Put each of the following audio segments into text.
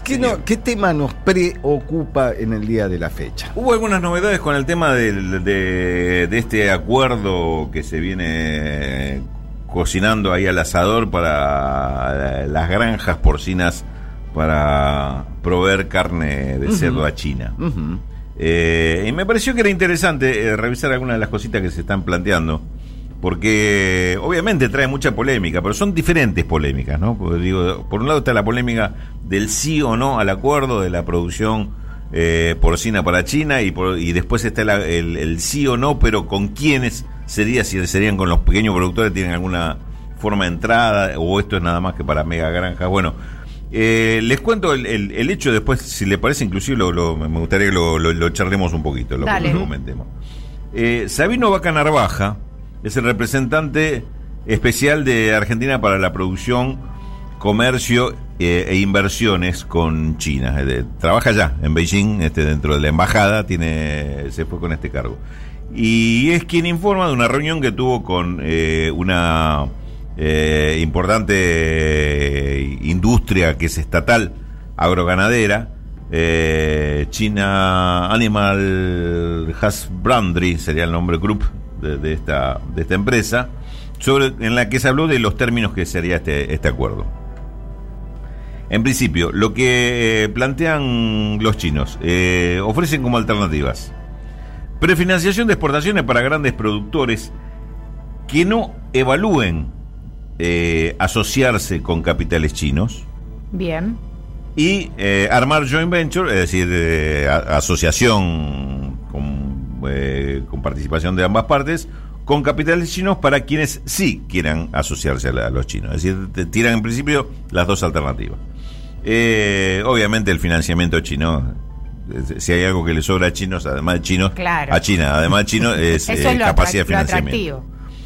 ¿Qué tema nos preocupa en el día de la fecha? Hubo algunas novedades con el tema de este acuerdo que se viene cocinando ahí al asador para las granjas porcinas para proveer carne de cerdo a China. Y me pareció que era interesante revisar algunas de las cositas que se están planteando, porque obviamente trae mucha polémica, pero son diferentes polémicas, ¿no? Porque digo, por un lado está la polémica del sí o no al acuerdo de la producción porcina para China, y después está el sí o no, pero con quiénes sería, si serían con los pequeños productores, tienen alguna forma de entrada, o esto es nada más que para mega granjas. Bueno, les cuento el hecho después, si le parece, inclusive me gustaría que lo charlemos un poquito, lo comentemos. Sabino Vaca Narvaja es el representante especial de Argentina para la producción, comercio e inversiones con China. Trabaja ya en Beijing, dentro de la embajada, se fue con este cargo. Y es quien informa de una reunión que tuvo con una importante industria que es estatal, agroganadera, China Animal Husbandry, sería el nombre group de esta empresa, en la que se habló de los términos que sería este acuerdo. En principio, lo que plantean los chinos, ofrecen como alternativas: prefinanciación de exportaciones para grandes productores que no evalúen asociarse con capitales chinos. Bien. Y armar joint venture, es decir, asociación con participación de ambas partes, con capitales chinos para quienes sí quieran asociarse a los chinos. Es decir, tiran en principio las dos alternativas. Obviamente el financiamiento chino, si hay algo que le sobra a chinos, además de chinos, claro, a China, además de chinos, es capacidad de financiamiento.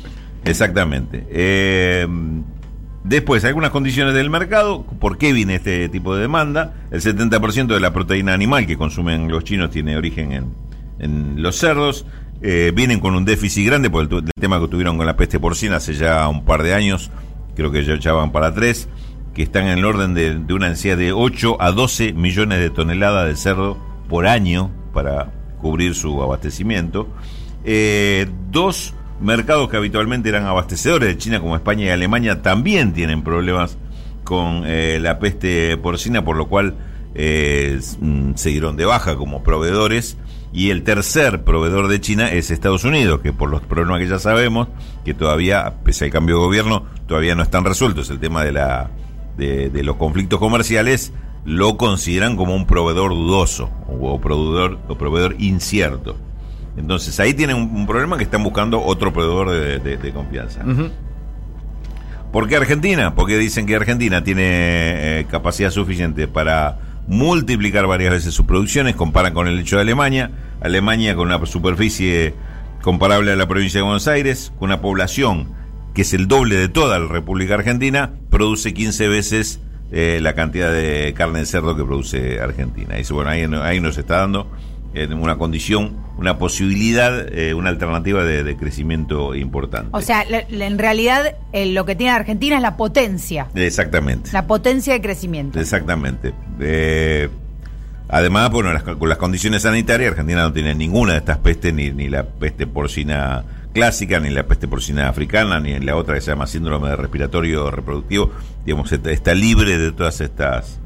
Exactamente. Después, algunas condiciones del mercado. ¿Por qué viene este tipo de demanda? El 70% de la proteína animal que consumen los chinos tiene origen en los cerdos. Vienen con un déficit grande por el tema que tuvieron con la peste porcina hace ya un par de años. Creo que ya van para 3, que están en el orden de una necesidad de 8 a 12 millones de toneladas de cerdo por año para cubrir su abastecimiento. Dos mercados que habitualmente eran abastecedores de China, como España y Alemania, también tienen problemas con la peste porcina, por lo cual se dieron de baja como proveedores. Y el tercer proveedor de China es Estados Unidos, que por los problemas que ya sabemos, que todavía, pese al cambio de gobierno, todavía no están resueltos. El tema de los conflictos comerciales lo consideran como un proveedor dudoso o proveedor incierto. Entonces ahí tienen un problema, que están buscando otro proveedor de confianza. ¿Por qué Argentina? Porque dicen que Argentina tiene capacidad suficiente para multiplicar varias veces sus producciones. Comparan con el hecho de Alemania, con una superficie comparable a la provincia de Buenos Aires, con una población que es el doble de toda la República Argentina, produce 15 veces la cantidad de carne de cerdo que produce Argentina. Y bueno, ahí nos está dando una condición, una posibilidad, una alternativa de crecimiento importante. O sea, en realidad lo que tiene Argentina es la potencia. Exactamente. La potencia de crecimiento. Exactamente. Además, bueno, con las condiciones sanitarias, Argentina no tiene ninguna de estas pestes, ni la peste porcina clásica, ni la peste porcina africana, ni la otra que se llama síndrome respiratorio reproductivo. Digamos, está libre de todas estas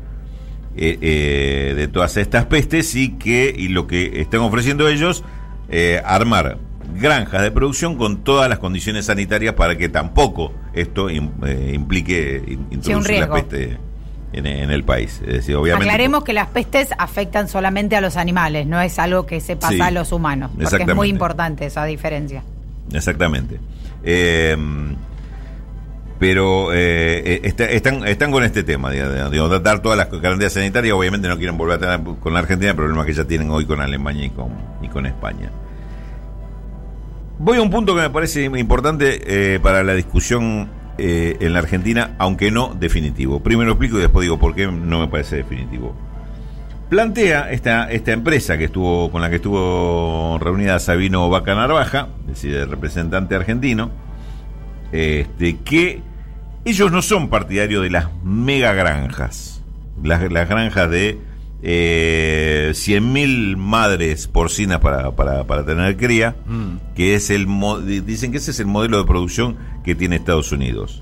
pestes, y lo que están ofreciendo ellos, armar granjas de producción con todas las condiciones sanitarias para que tampoco esto implique introducir la peste en el país. Es decir, obviamente, aclaremos que las pestes afectan solamente a los animales, no es algo que se pasa a los humanos, porque es muy importante esa diferencia. Exactamente. Pero están con este tema, digamos, tratar todas las garantías sanitarias. Obviamente no quieren volver a tener con la Argentina el problema que ya tienen hoy con Alemania y con España. Voy a un punto que me parece importante para la discusión en la Argentina, aunque no definitivo. Primero explico y después digo por qué no me parece definitivo. Plantea esta empresa con la que estuvo reunida Sabino Vaca Narvaja, es decir, el representante argentino, que ellos no son partidarios de las mega granjas. las granjas de 100.000 madres porcinas para tener cría, que es dicen que ese es el modelo de producción que tiene Estados Unidos.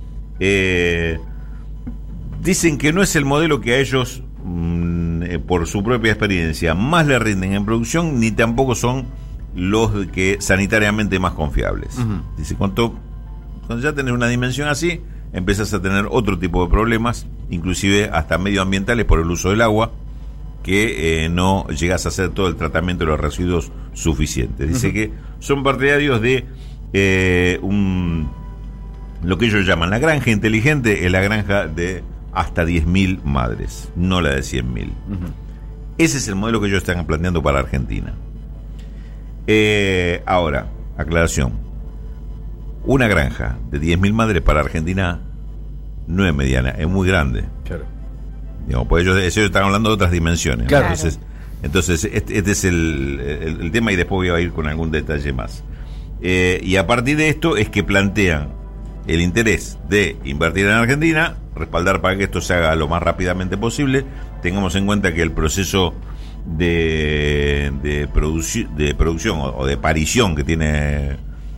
Dicen que no es el modelo que a ellos, por su propia experiencia, más le rinden en producción, ni tampoco son los que sanitariamente más confiables. Dice, cuando ya tenés una dimensión así, empezás a tener otro tipo de problemas, inclusive hasta medioambientales por el uso del agua, que no llegás a hacer todo el tratamiento de los residuos suficiente. Dice que son partidarios de lo que ellos llaman la granja inteligente, es la granja de hasta 10.000 madres, no la de 100.000. Ese es el modelo que ellos están planteando para Argentina. Ahora, aclaración, una granja de 10.000 madres para Argentina no es mediana, es muy grande. Claro. Digamos, pues ellos están hablando de otras dimensiones. Claro. Entonces este es el tema, y después voy a ir con algún detalle más. Y a partir de esto es que plantean el interés de invertir en Argentina, respaldar para que esto se haga lo más rápidamente posible. Tengamos en cuenta que el proceso de producción o de parición que tiene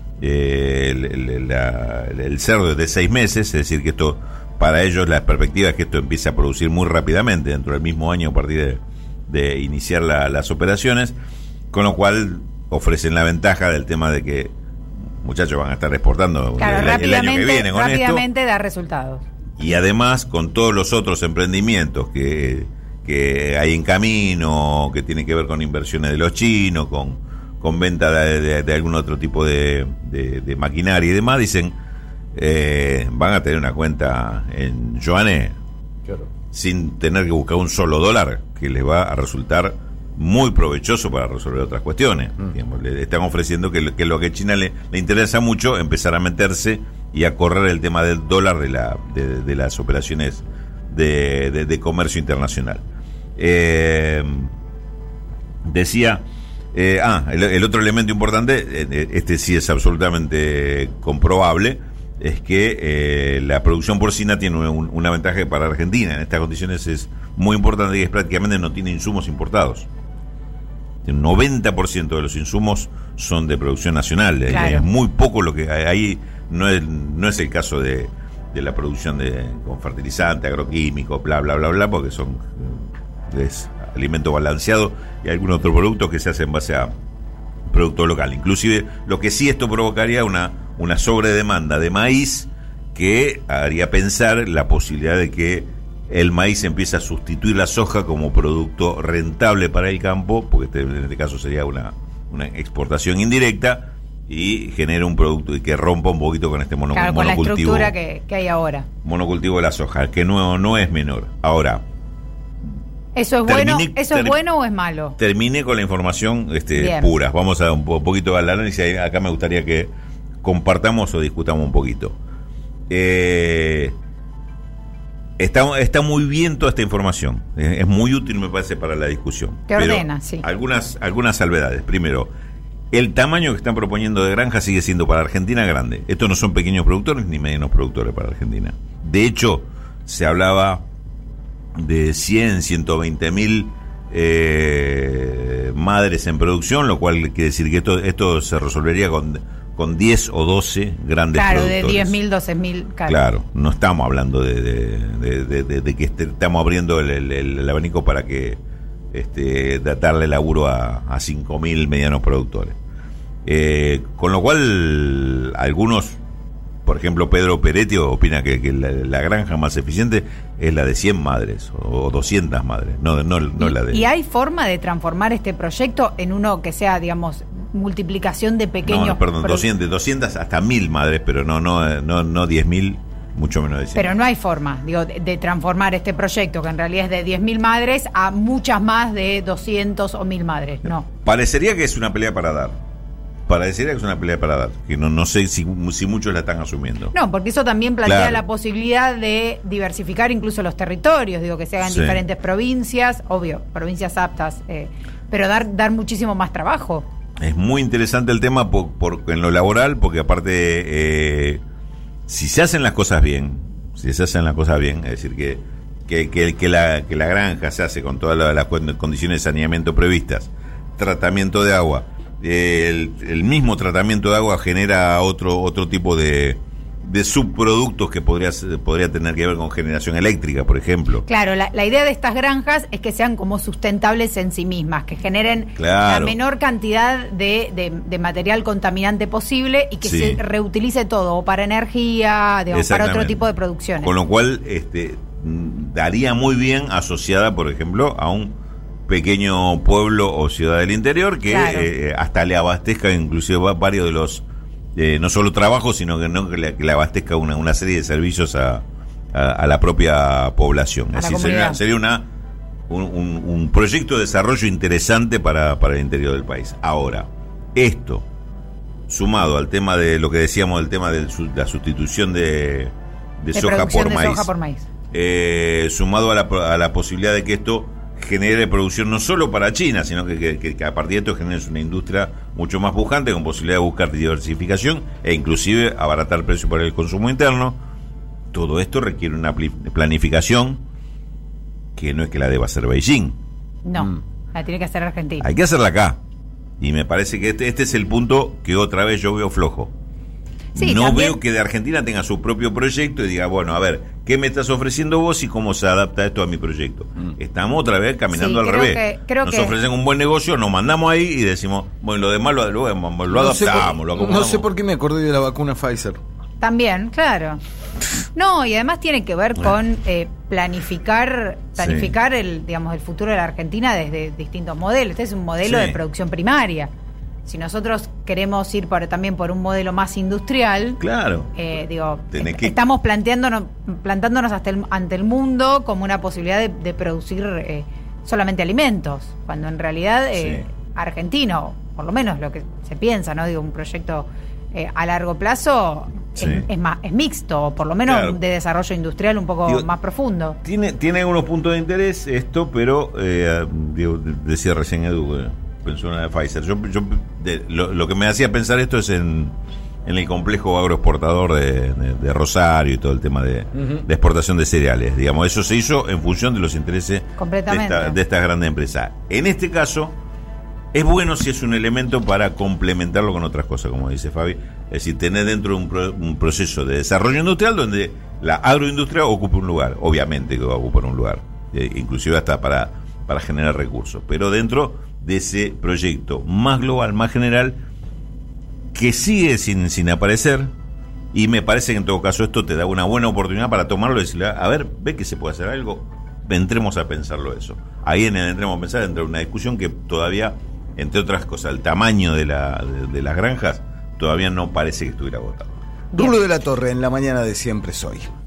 el cerdo es de 6 meses, es decir, que esto, para ellos la perspectiva es que esto empiece a producir muy rápidamente, dentro del mismo año a partir de iniciar las operaciones, con lo cual ofrecen la ventaja del tema de que muchachos van a estar exportando el año que viene con rápidamente esto, da resultados. Y además con todos los otros emprendimientos que hay en camino, que tienen que ver con inversiones de los chinos, con venta de algún otro tipo de maquinaria y demás, dicen, van a tener una cuenta en yuanes, claro, sin tener que buscar un solo dólar, que les va a resultar muy provechoso para resolver otras cuestiones. Digamos, le están ofreciendo que lo que a China le interesa mucho, empezar a meterse y a correr el tema del dólar de las operaciones de comercio internacional. Decía, el otro elemento importante, este sí es absolutamente comprobable, es que la producción porcina tiene una ventaja para Argentina. En estas condiciones es muy importante, y es prácticamente no tiene insumos importados. Un 90% de los insumos son de producción nacional. Claro. Es muy poco lo que hay. No es el caso de la producción con fertilizante, agroquímico, bla, bla, bla, bla, porque es alimento balanceado y algún otro producto que se hace en base a producto local. Inclusive, lo que sí esto provocaría una sobredemanda de maíz, que haría pensar la posibilidad de que el maíz empiece a sustituir la soja como producto rentable para el campo, porque en este caso sería una exportación indirecta, y genera un producto que rompa un poquito con este monocultivo. Con la estructura que hay ahora. Monocultivo de la soja, que no es menor. Ahora, ¿eso es bueno? ¿Eso es bueno o es malo? Terminé con la información pura. Vamos a un poquito al análisis. Acá me gustaría que compartamos o discutamos un poquito. Está muy bien toda esta información. Es muy útil, me parece, para la discusión. Te ordena, sí. Algunas salvedades. Primero, el tamaño que están proponiendo de granja sigue siendo para Argentina grande. Estos no son pequeños productores ni medianos productores para Argentina. De hecho, se hablaba de 120.000 madres en producción, lo cual quiere decir que esto se resolvería con 10 o 12 grandes productores. Claro, de 10.000, 12.000. Claro, no estamos hablando de que estamos abriendo el abanico para que darle laburo a 5.000 medianos productores. Con lo cual, algunos, por ejemplo, Pedro Peretti opina que la granja más eficiente es la de 100 madres o 200 madres, no la de... ¿Y hay forma de transformar este proyecto en uno que sea, digamos, multiplicación de pequeños... 200 hasta 1.000 madres, pero no 10.000, mucho menos de 100. Pero no hay forma, de transformar este proyecto, que en realidad es de 10.000 madres, a muchas más de 200 o 1.000 madres, no. Parecería que es una pelea para dar. Que no sé si muchos la están asumiendo. No, porque eso también plantea la posibilidad de diversificar incluso los territorios, que se hagan diferentes provincias, obvio, provincias aptas, pero dar muchísimo más trabajo. Es muy interesante el tema en lo laboral, porque aparte, si se hacen las cosas bien, es decir, que que la granja se hace con todas las condiciones de saneamiento previstas, tratamiento de agua, el mismo tratamiento de agua genera otro tipo de subproductos que podría tener que ver con generación eléctrica, por ejemplo. Claro, la idea de estas granjas es que sean como sustentables en sí mismas, que generen la menor cantidad de material contaminante posible y que se reutilice todo, o para energía, digamos, para otro tipo de producciones. Con lo cual, daría muy bien asociada, por ejemplo, a un pequeño pueblo o ciudad del interior que hasta le abastezca inclusive varios de los no solo trabajo, sino que le abastezca una serie de servicios a la propia población. Así sería un proyecto de desarrollo interesante para el interior del país. Ahora, esto, sumado al tema de lo que decíamos, del tema de la sustitución de soja por maíz, sumado a la posibilidad de que esto genere producción no solo para China, sino que a partir de esto genere una industria mucho más pujante, con posibilidad de buscar diversificación e inclusive abaratar el precio para el consumo interno. Todo esto requiere una planificación que no es que la deba hacer Beijing. No, la tiene que hacer Argentina. Hay que hacerla acá. Y me parece que este es el punto que otra vez yo veo flojo. Sí, no también veo que de Argentina tenga su propio proyecto y diga, bueno, a ver, ¿qué me estás ofreciendo vos y cómo se adapta esto a mi proyecto? Estamos otra vez caminando al revés. Nos ofrecen un buen negocio, nos mandamos ahí y decimos, bueno, lo demás lo adaptamos, lo acomodamos. No sé por qué me acordé de la vacuna Pfizer. También, claro. No, y además tiene que ver con planificar el futuro de la Argentina desde distintos modelos. Este es un modelo de producción primaria. Si nosotros queremos ir también por un modelo más industrial, estamos plantándonos ante el mundo como una posibilidad de producir solamente alimentos, cuando en realidad argentino, por lo menos lo que se piensa, no digo un proyecto a largo plazo, es mixto, o por lo menos de desarrollo industrial un poco más profundo. Tiene algunos puntos de interés esto, pero decía recién Edu, pensó en la de Pfizer. Lo que me hacía pensar esto es en el complejo agroexportador de Rosario y todo el tema de exportación de cereales. Digamos, eso se hizo en función de los intereses de estas grandes empresas. En este caso, es bueno si es un elemento para complementarlo con otras cosas, como dice Fabi. Es decir, tener dentro un proceso de desarrollo industrial donde la agroindustria ocupe un lugar. Obviamente que va a ocupar un lugar, inclusive hasta para generar recursos. Pero dentro de ese proyecto más global, más general, que sigue sin aparecer, y me parece que en todo caso esto te da una buena oportunidad para tomarlo y decirle, a ver, ve que se puede hacer algo, entremos a pensarlo eso. Ahí entremos a pensar, entra una discusión que todavía, entre otras cosas, el tamaño de las granjas todavía no parece que estuviera agotado. Rulo de la Torre, en la mañana de Siempre Soy.